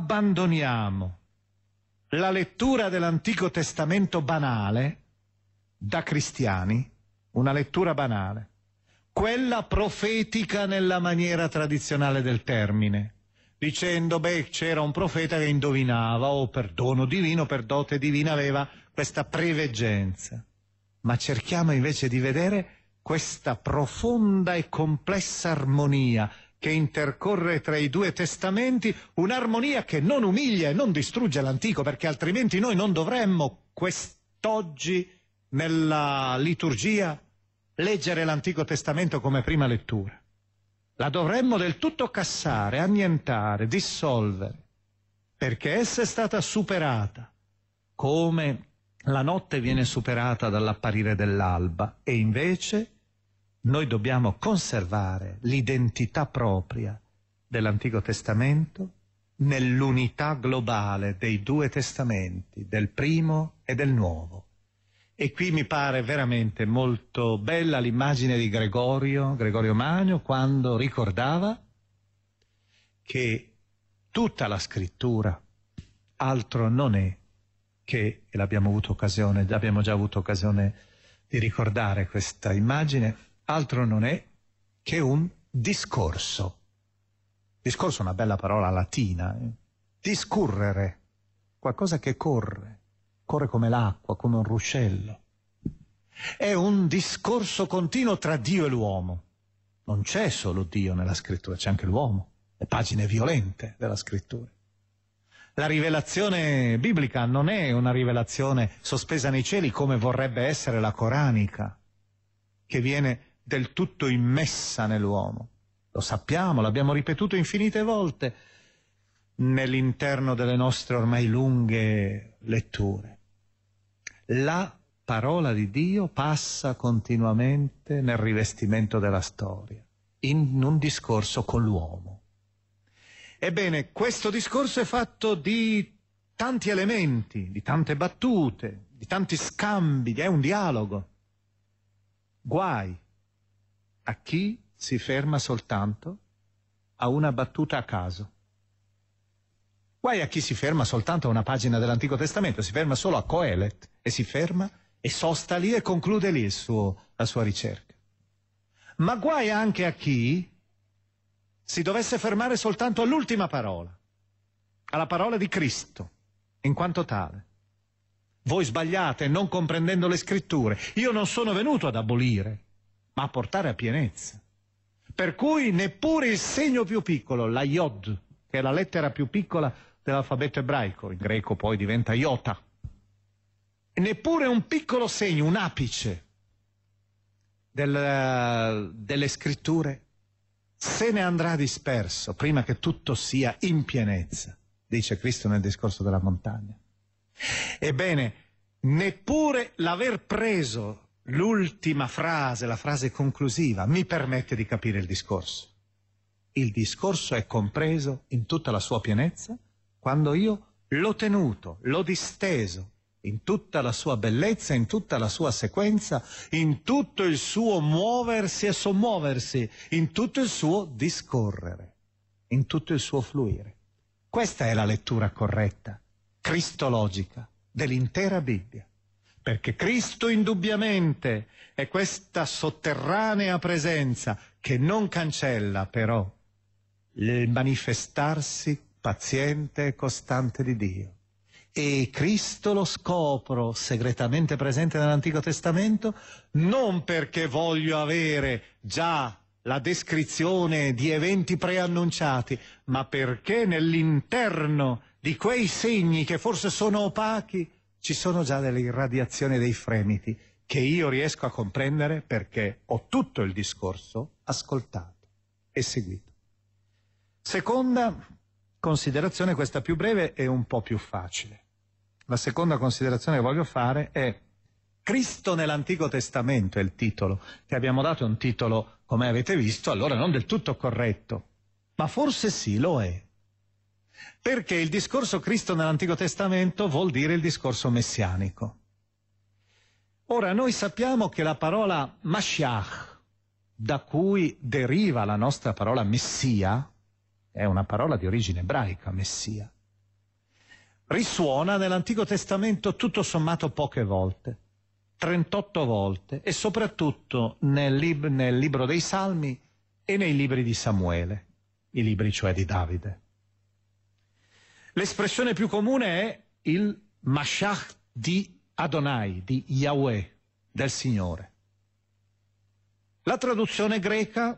abbandoniamo la lettura dell'Antico Testamento banale da cristiani, una lettura banale, quella profetica nella maniera tradizionale del termine, dicendo, c'era un profeta che indovinava, o per dono divino, per dote divina, aveva questa preveggenza. Ma cerchiamo invece di vedere questa profonda e complessa armonia che intercorre tra i due testamenti, un'armonia che non umilia e non distrugge l'antico, perché altrimenti noi non dovremmo quest'oggi nella liturgia leggere l'Antico Testamento come prima lettura. La dovremmo del tutto cassare, annientare, dissolvere, perché essa è stata superata, come la notte viene superata dall'apparire dell'alba, e invece noi dobbiamo conservare l'identità propria dell'Antico Testamento nell'unità globale dei due testamenti, del primo e del nuovo. E qui mi pare veramente molto bella l'immagine di Gregorio Magno, quando ricordava che tutta la scrittura altro non è che, e abbiamo già avuto occasione di ricordare questa immagine, altro non è che un discorso. Discorso è una bella parola latina. Discurrere, qualcosa che corre come l'acqua, come un ruscello. È un discorso continuo tra Dio e l'uomo. Non c'è solo Dio nella scrittura, c'è anche l'uomo, le pagine violente della scrittura. La rivelazione biblica non è una rivelazione sospesa nei cieli come vorrebbe essere la coranica, che viene del tutto immessa nell'uomo. Lo sappiamo, l'abbiamo ripetuto infinite volte nell'interno delle nostre ormai lunghe letture. La parola di Dio passa continuamente nel rivestimento della storia, in un discorso con l'uomo. Ebbene, questo discorso è fatto di tanti elementi, di tante battute, di tanti scambi, è un dialogo. Guai a chi si ferma soltanto a una battuta a caso. Guai a chi si ferma soltanto a una pagina dell'Antico Testamento, si ferma solo a Coelet e si ferma e sosta lì e conclude lì la sua ricerca. Ma guai anche a chi si dovesse fermare soltanto all'ultima parola, alla parola di Cristo, in quanto tale. Voi sbagliate non comprendendo le scritture. Io non sono venuto ad abolire, ma a portare a pienezza. Per cui neppure il segno più piccolo, la Yod, che è la lettera più piccola dell'alfabeto ebraico, in greco poi diventa iota, neppure un piccolo segno, un apice delle scritture se ne andrà disperso prima che tutto sia in pienezza, dice Cristo nel discorso della montagna. Ebbene, neppure l'aver preso l'ultima frase, la frase conclusiva, mi permette di capire il discorso. Il discorso è compreso in tutta la sua pienezza quando io l'ho tenuto, l'ho disteso, in tutta la sua bellezza, in tutta la sua sequenza, in tutto il suo muoversi e sommuoversi, in tutto il suo discorrere, in tutto il suo fluire. Questa è la lettura corretta, cristologica, dell'intera Bibbia. Perché Cristo indubbiamente è questa sotterranea presenza che non cancella però il manifestarsi paziente e costante di Dio. E Cristo lo scopro segretamente presente nell'Antico Testamento non perché voglio avere già la descrizione di eventi preannunciati, ma perché nell'interno di quei segni che forse sono opachi ci sono già delle irradiazioni dei fremiti che io riesco a comprendere perché ho tutto il discorso ascoltato e seguito. Seconda considerazione, questa più breve e un po' più facile. La seconda considerazione che voglio fare è Cristo nell'Antico Testamento è il titolo, che abbiamo dato, è un titolo, come avete visto, allora non del tutto corretto, ma forse sì, lo è. Perché il discorso Cristo nell'Antico Testamento vuol dire il discorso messianico. Ora, noi sappiamo che la parola Mashiach, da cui deriva la nostra parola Messia, è una parola di origine ebraica, Messia, risuona nell'Antico Testamento tutto sommato poche volte. 38 volte, e soprattutto nel libro dei Salmi e nei libri di Samuele, i libri cioè di Davide. L'espressione più comune è il Mashiach di Adonai, di Yahweh, del Signore. La traduzione greca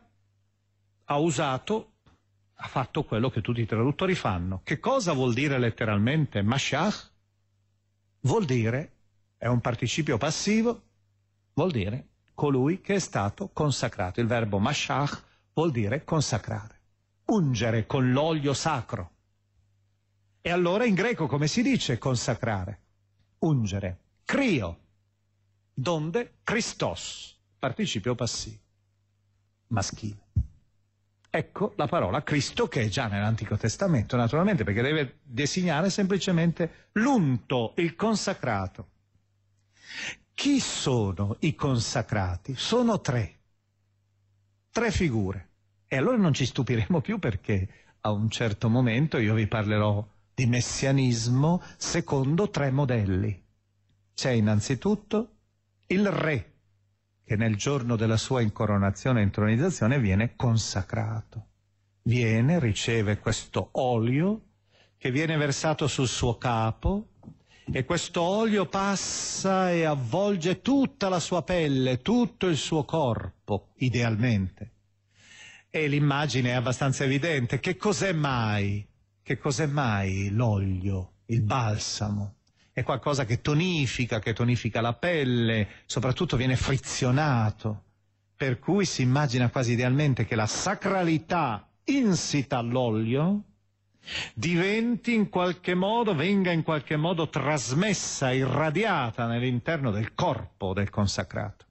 ha fatto quello che tutti i traduttori fanno. Che cosa vuol dire letteralmente Mashiach? Vuol dire, è un participio passivo, vuol dire colui che è stato consacrato. Il verbo Mashiach vuol dire consacrare, ungere con l'olio sacro. E allora in greco come si dice consacrare? Ungere. Crio, donde Christos, participio passivo, maschile. Ecco la parola Cristo, che è già nell'Antico Testamento, naturalmente, perché deve designare semplicemente l'unto, il consacrato. Chi sono i consacrati? Sono tre figure. E allora non ci stupiremo più, perché a un certo momento io vi parlerò di messianismo secondo tre modelli. C'è innanzitutto il re, che nel giorno della sua incoronazione e intronizzazione viene consacrato. Riceve questo olio che viene versato sul suo capo, e questo olio passa e avvolge tutta la sua pelle, tutto il suo corpo, idealmente. E l'immagine è abbastanza evidente. Che cos'è mai l'olio, il balsamo? È qualcosa che tonifica la pelle, soprattutto viene frizionato, per cui si immagina quasi idealmente che la sacralità insita all'olio venga in qualche modo trasmessa, irradiata nell'interno del corpo del consacrato.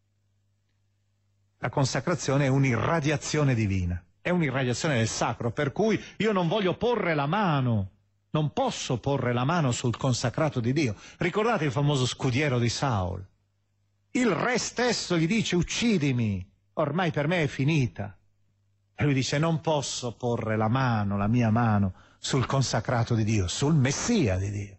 La consacrazione è un'irradiazione divina, è un'irradiazione del sacro, per cui io non voglio porre la mano, non posso porre la mano sul consacrato di Dio. Ricordate il famoso scudiero di Saul? Il re stesso gli dice: uccidimi, ormai per me è finita. E lui dice: non posso porre la mia mano sul consacrato di Dio, sul Messia di Dio.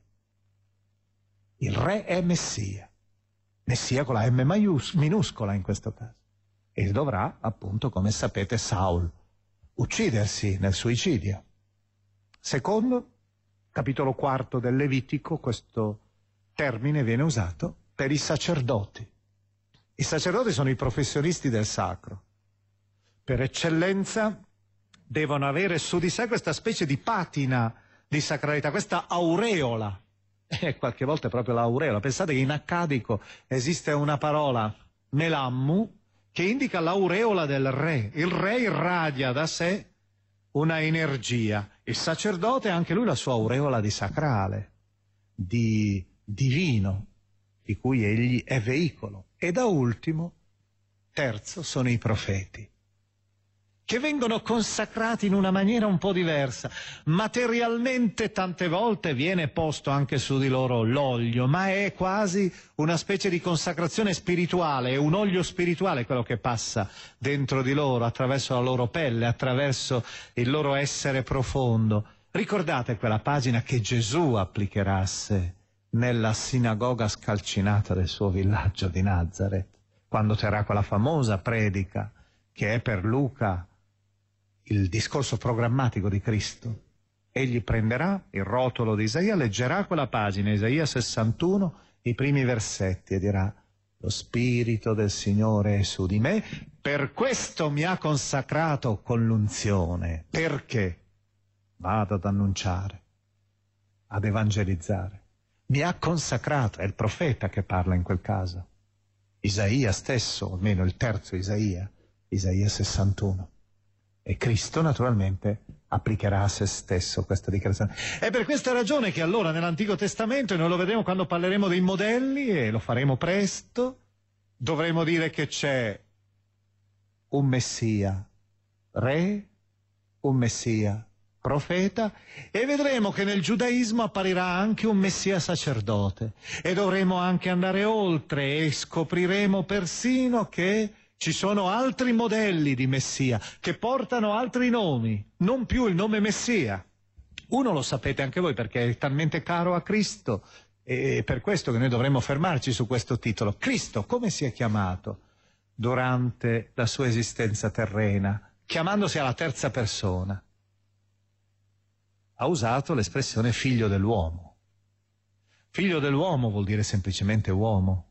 Il re è Messia con la M minuscola in questo caso. E dovrà, appunto, come sapete, Saul uccidersi nel suicidio. Secondo, capitolo 4 del Levitico, questo termine viene usato per i sacerdoti. I sacerdoti sono i professionisti del sacro. Per eccellenza devono avere su di sé questa specie di patina di sacralità, questa aureola. E qualche volta è proprio l'aureola. Pensate che in accadico esiste una parola, melammu, che indica l'aureola del re. Il re irradia da sé una energia. Il sacerdote ha anche lui la sua aureola di sacrale, di divino, di cui egli è veicolo. E da ultimo, terzo, sono i profeti, che vengono consacrati in una maniera un po' diversa. Materialmente tante volte viene posto anche su di loro l'olio, ma è quasi una specie di consacrazione spirituale, è un olio spirituale quello che passa dentro di loro, attraverso la loro pelle, attraverso il loro essere profondo. Ricordate quella pagina che Gesù applicherà a sé nella sinagoga scalcinata del suo villaggio di Nazareth, quando terrà quella famosa predica che è per Luca il discorso programmatico di Cristo. Egli prenderà il rotolo di Isaia, leggerà quella pagina, Isaia 61, i primi versetti, e dirà: lo Spirito del Signore è su di me, per questo mi ha consacrato con l'unzione, perché vado ad annunciare, ad evangelizzare. Mi ha consacrato, è il profeta che parla in quel caso. Isaia stesso, almeno il terzo Isaia 61. E Cristo naturalmente applicherà a se stesso questa dichiarazione. È per questa ragione che allora nell'Antico Testamento, e noi lo vedremo quando parleremo dei modelli, e lo faremo presto, dovremo dire che c'è un Messia re, un Messia profeta, e vedremo che nel giudaismo apparirà anche un Messia sacerdote. E dovremo anche andare oltre e scopriremo persino che ci sono altri modelli di Messia che portano altri nomi, non più il nome Messia. Uno lo sapete anche voi perché è talmente caro a Cristo E per questo che noi dovremmo fermarci su questo titolo. Cristo come si è chiamato durante la sua esistenza terrena, chiamandosi alla terza persona? Ha usato l'espressione figlio dell'uomo. Figlio dell'uomo vuol dire semplicemente uomo.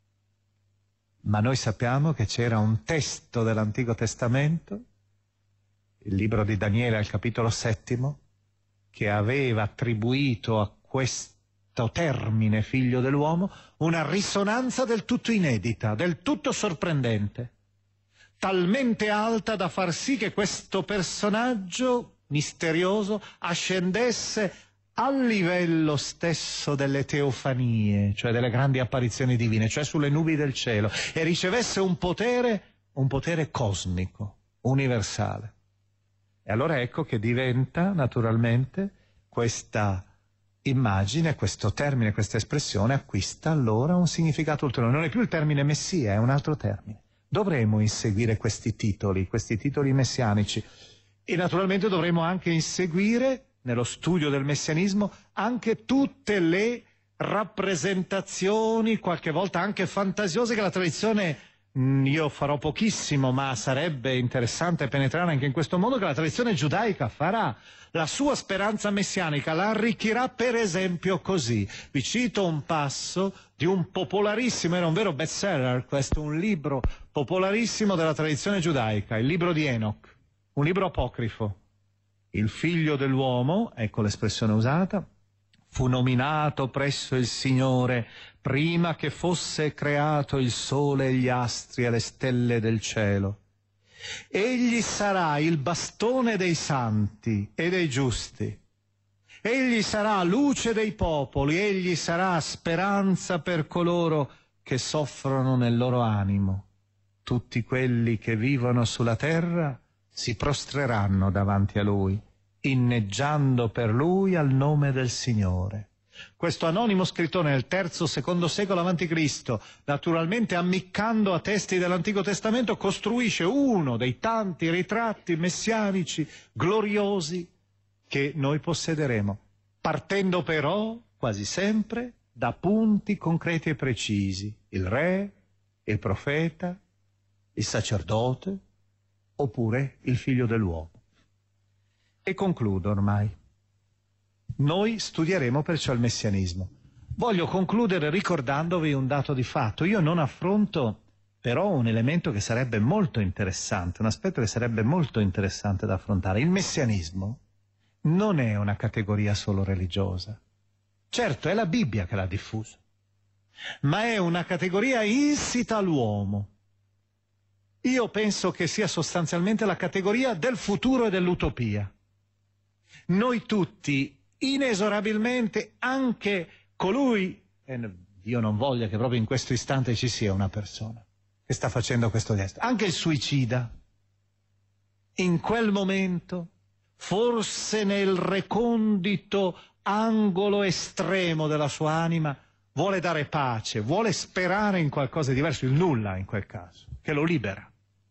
Ma noi sappiamo che c'era un testo dell'Antico Testamento, il libro di Daniele al capitolo 7, che aveva attribuito a questo termine figlio dell'uomo una risonanza del tutto inedita, del tutto sorprendente, talmente alta da far sì che questo personaggio misterioso ascendesse al livello stesso delle teofanie, cioè delle grandi apparizioni divine, cioè sulle nubi del cielo, e ricevesse un potere cosmico, universale. E allora ecco che diventa naturalmente questa immagine, questo termine, questa espressione acquista allora un significato ulteriore. Non è più il termine Messia, è un altro termine. Dovremo inseguire questi titoli messianici, e naturalmente dovremo anche inseguire, nello studio del messianismo, anche tutte le rappresentazioni, qualche volta anche fantasiose, che la tradizione, io farò pochissimo, ma sarebbe interessante penetrare anche in questo modo, che la tradizione giudaica farà. La sua speranza messianica la arricchirà per esempio così. Vi cito un passo di un popolarissimo, era un vero bestseller questo, un libro popolarissimo della tradizione giudaica, il libro di Enoch, un libro apocrifo. Il figlio dell'uomo, ecco l'espressione usata, fu nominato presso il Signore prima che fosse creato il sole e gli astri e le stelle del cielo. Egli sarà il bastone dei santi e dei giusti. Egli sarà luce dei popoli, egli sarà speranza per coloro che soffrono nel loro animo. Tutti quelli che vivono sulla terra si prostreranno davanti a lui, inneggiando per lui al nome del Signore. Questo anonimo scrittore nel III-II secolo a.C., naturalmente ammiccando a testi dell'Antico Testamento, costruisce uno dei tanti ritratti messianici gloriosi che noi possederemo, partendo però quasi sempre da punti concreti e precisi: il re, il profeta, il sacerdote, oppure il figlio dell'uomo. E concludo ormai. Noi studieremo perciò il messianismo. Voglio concludere ricordandovi un dato di fatto. Io non affronto però un elemento che sarebbe molto interessante, un aspetto che sarebbe molto interessante da affrontare. Il messianismo non è una categoria solo religiosa. Certo, è la Bibbia che l'ha diffuso, ma è una categoria insita all'uomo. Io penso che sia sostanzialmente la categoria del futuro e dell'utopia. Noi tutti, inesorabilmente, anche colui, e Dio non voglia che proprio in questo istante ci sia una persona che sta facendo questo gesto, anche il suicida, in quel momento, forse nel recondito angolo estremo della sua anima, vuole dare pace, vuole sperare in qualcosa di diverso, il nulla in quel caso, che lo libera.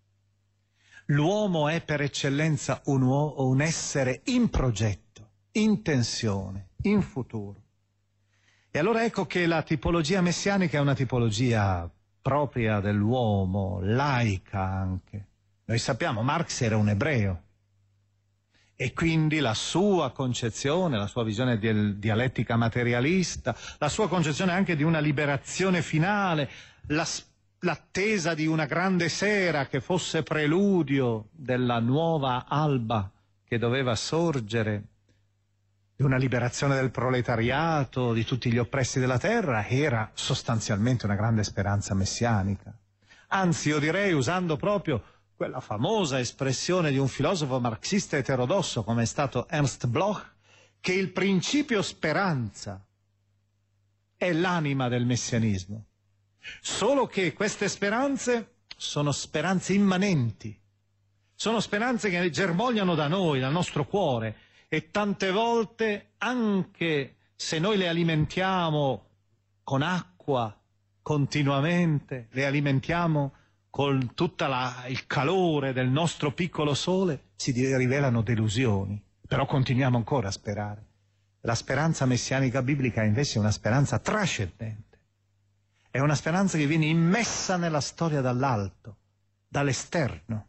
L'uomo è per eccellenza un essere in progetto, in tensione, in futuro. E allora ecco che la tipologia messianica è una tipologia propria dell'uomo, laica anche. Noi sappiamo, Marx era un ebreo, e quindi la sua concezione, la sua visione dialettica materialista, la sua concezione anche di una liberazione finale, l'attesa di una grande sera che fosse preludio della nuova alba che doveva sorgere, di una liberazione del proletariato, di tutti gli oppressi della terra, era sostanzialmente una grande speranza messianica. Anzi, io direi, usando proprio quella famosa espressione di un filosofo marxista eterodosso come è stato Ernst Bloch, che il principio speranza è l'anima del messianismo. Solo che queste speranze sono speranze immanenti, sono speranze che germogliano da noi, dal nostro cuore, e tante volte, anche se noi le alimentiamo con acqua continuamente, le alimentiamo con tutto il calore del nostro piccolo sole, si rivelano delusioni, però continuiamo ancora a sperare. La speranza messianica biblica invece è una speranza trascendente. È una speranza che viene immessa nella storia dall'alto, dall'esterno.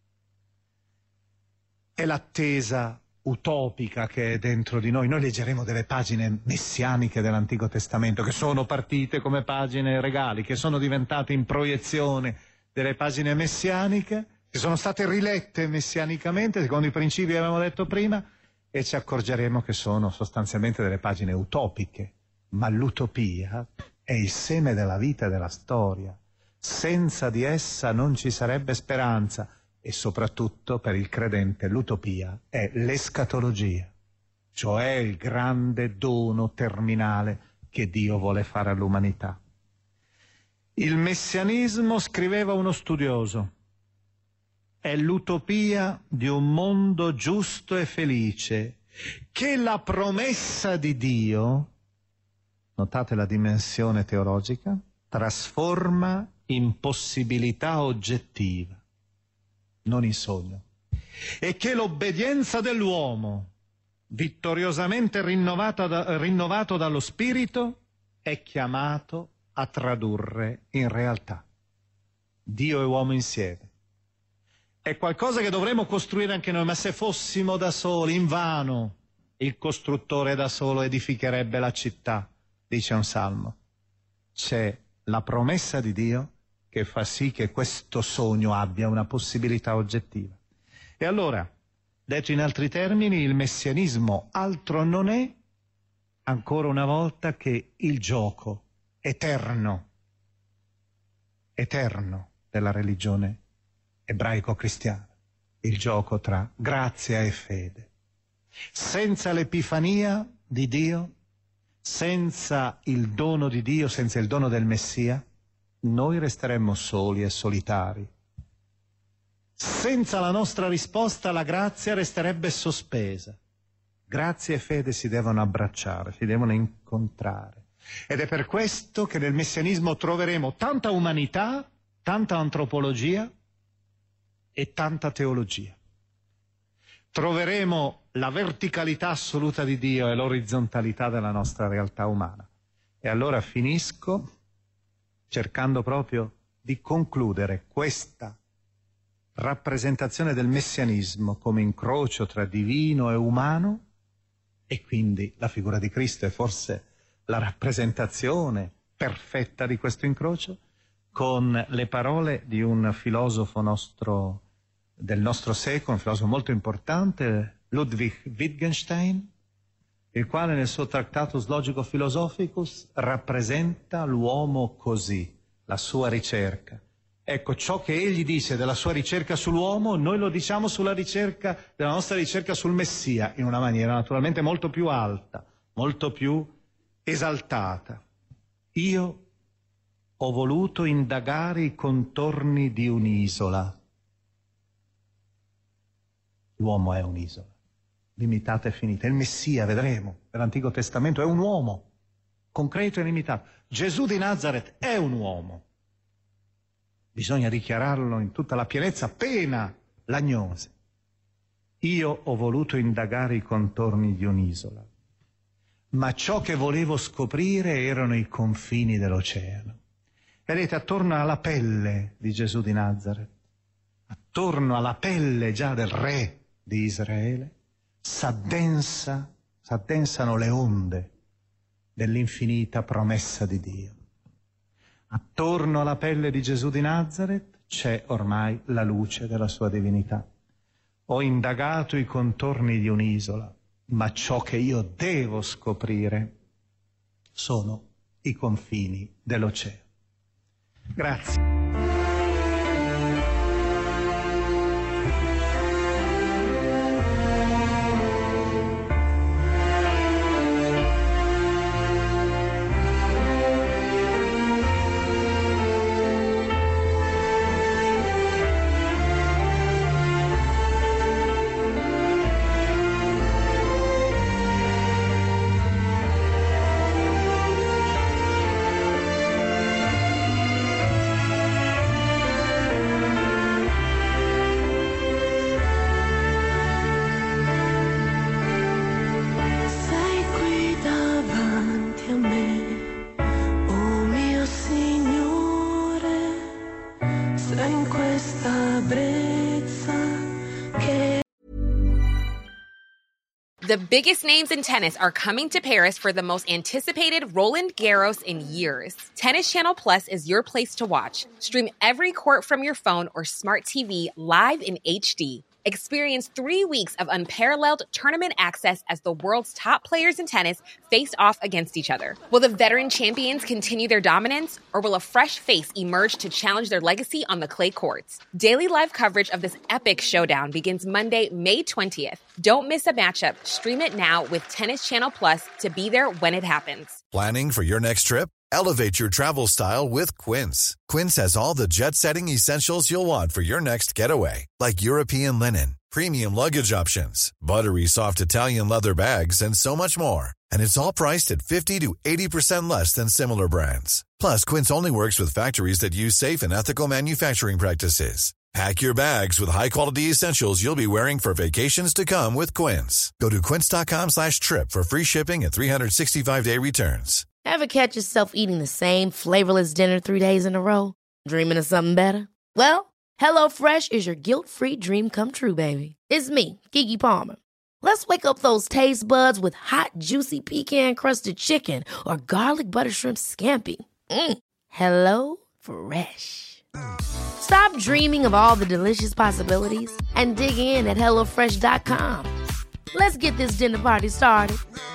È l'attesa utopica che è dentro di noi. Noi leggeremo delle pagine messianiche dell'Antico Testamento che sono partite come pagine regali, che sono diventate in proiezione delle pagine messianiche, che sono state rilette messianicamente secondo i principi che avevamo detto prima, e ci accorgeremo che sono sostanzialmente delle pagine utopiche. Ma l'utopia è il seme della vita e della storia. Senza di essa non ci sarebbe speranza. E soprattutto per il credente l'utopia è l'escatologia, cioè il grande dono terminale che Dio vuole fare all'umanità. Il messianismo, scriveva uno studioso, è l'utopia di un mondo giusto e felice che la promessa di Dio, notate la dimensione teologica, trasforma in possibilità oggettiva, non in sogno, e che l'obbedienza dell'uomo, vittoriosamente rinnovato dallo Spirito, è chiamato a tradurre in realtà. Dio e uomo insieme. È qualcosa che dovremmo costruire anche noi, ma se fossimo da soli, invano, il costruttore da solo edificherebbe la città, dice un salmo. C'è la promessa di Dio che fa sì che questo sogno abbia una possibilità oggettiva. E allora, detto in altri termini, il messianismo altro non è, ancora una volta, che il gioco eterno della religione ebraico-cristiana, il gioco tra grazia e fede. Senza l'epifania di Dio, senza il dono di Dio, senza il dono del Messia, noi resteremmo soli e solitari. Senza la nostra risposta la grazia resterebbe sospesa. Grazia e fede si devono abbracciare, si devono incontrare. Ed è per questo che nel messianismo troveremo tanta umanità, tanta antropologia e tanta teologia. Troveremo la verticalità assoluta di Dio e l'orizzontalità della nostra realtà umana. E allora finisco cercando proprio di concludere questa rappresentazione del messianismo come incrocio tra divino e umano, e quindi la figura di Cristo è forse la rappresentazione perfetta di questo incrocio, con le parole di un filosofo del nostro secolo, un filosofo molto importante, Ludwig Wittgenstein, il quale nel suo Tractatus Logico-Philosophicus rappresenta l'uomo così, la sua ricerca. Ecco, ciò che egli dice della sua ricerca sull'uomo, noi lo diciamo della nostra ricerca sul Messia, in una maniera naturalmente molto più alta, molto più esaltata. Io ho voluto indagare i contorni di un'isola. L'uomo è un'isola, limitata e finita. Il Messia, vedremo, nell'Antico Testamento è un uomo, concreto e limitato. Gesù di Nazareth è un uomo. Bisogna dichiararlo in tutta la pienezza, pena l'agnosi. Io ho voluto indagare i contorni di un'isola, ma ciò che volevo scoprire erano i confini dell'oceano. Vedete, attorno alla pelle di Gesù di Nazareth, attorno alla pelle già del re di Israele, s'addensano le onde dell'infinita promessa di Dio. Attorno alla pelle di Gesù di Nazareth c'è ormai la luce della sua divinità. Ho indagato i contorni di un'isola, ma ciò che io devo scoprire sono i confini dell'oceano. Grazie. The biggest names in tennis are coming to Paris for the most anticipated Roland Garros in years. Tennis Channel Plus is your place to watch. Stream every court from your phone or smart TV live in HD. Experience 3 weeks of unparalleled tournament access as the world's top players in tennis face off against each other. Will the veteran champions continue their dominance, or will a fresh face emerge to challenge their legacy on the clay courts? Daily live coverage of this epic showdown begins Monday, May 20th. Don't miss a matchup. Stream it now with Tennis Channel Plus to be there when it happens. Planning for your next trip? Elevate your travel style with Quince. Quince has all the jet-setting essentials you'll want for your next getaway, like European linen, premium luggage options, buttery soft Italian leather bags, and so much more. And it's all priced at 50 to 80% less than similar brands. Plus, Quince only works with factories that use safe and ethical manufacturing practices. Pack your bags with high-quality essentials you'll be wearing for vacations to come with Quince. Go to quince.com/trip for free shipping and 365-day returns. Ever catch yourself eating the same flavorless dinner 3 days in a row? Dreaming of something better? Well, HelloFresh is your guilt-free dream come true, baby. It's me, Keke Palmer. Let's wake up those taste buds with hot, juicy pecan-crusted chicken or garlic butter shrimp scampi. Hello Fresh. Stop dreaming of all the delicious possibilities and dig in at HelloFresh.com. Let's get this dinner party started.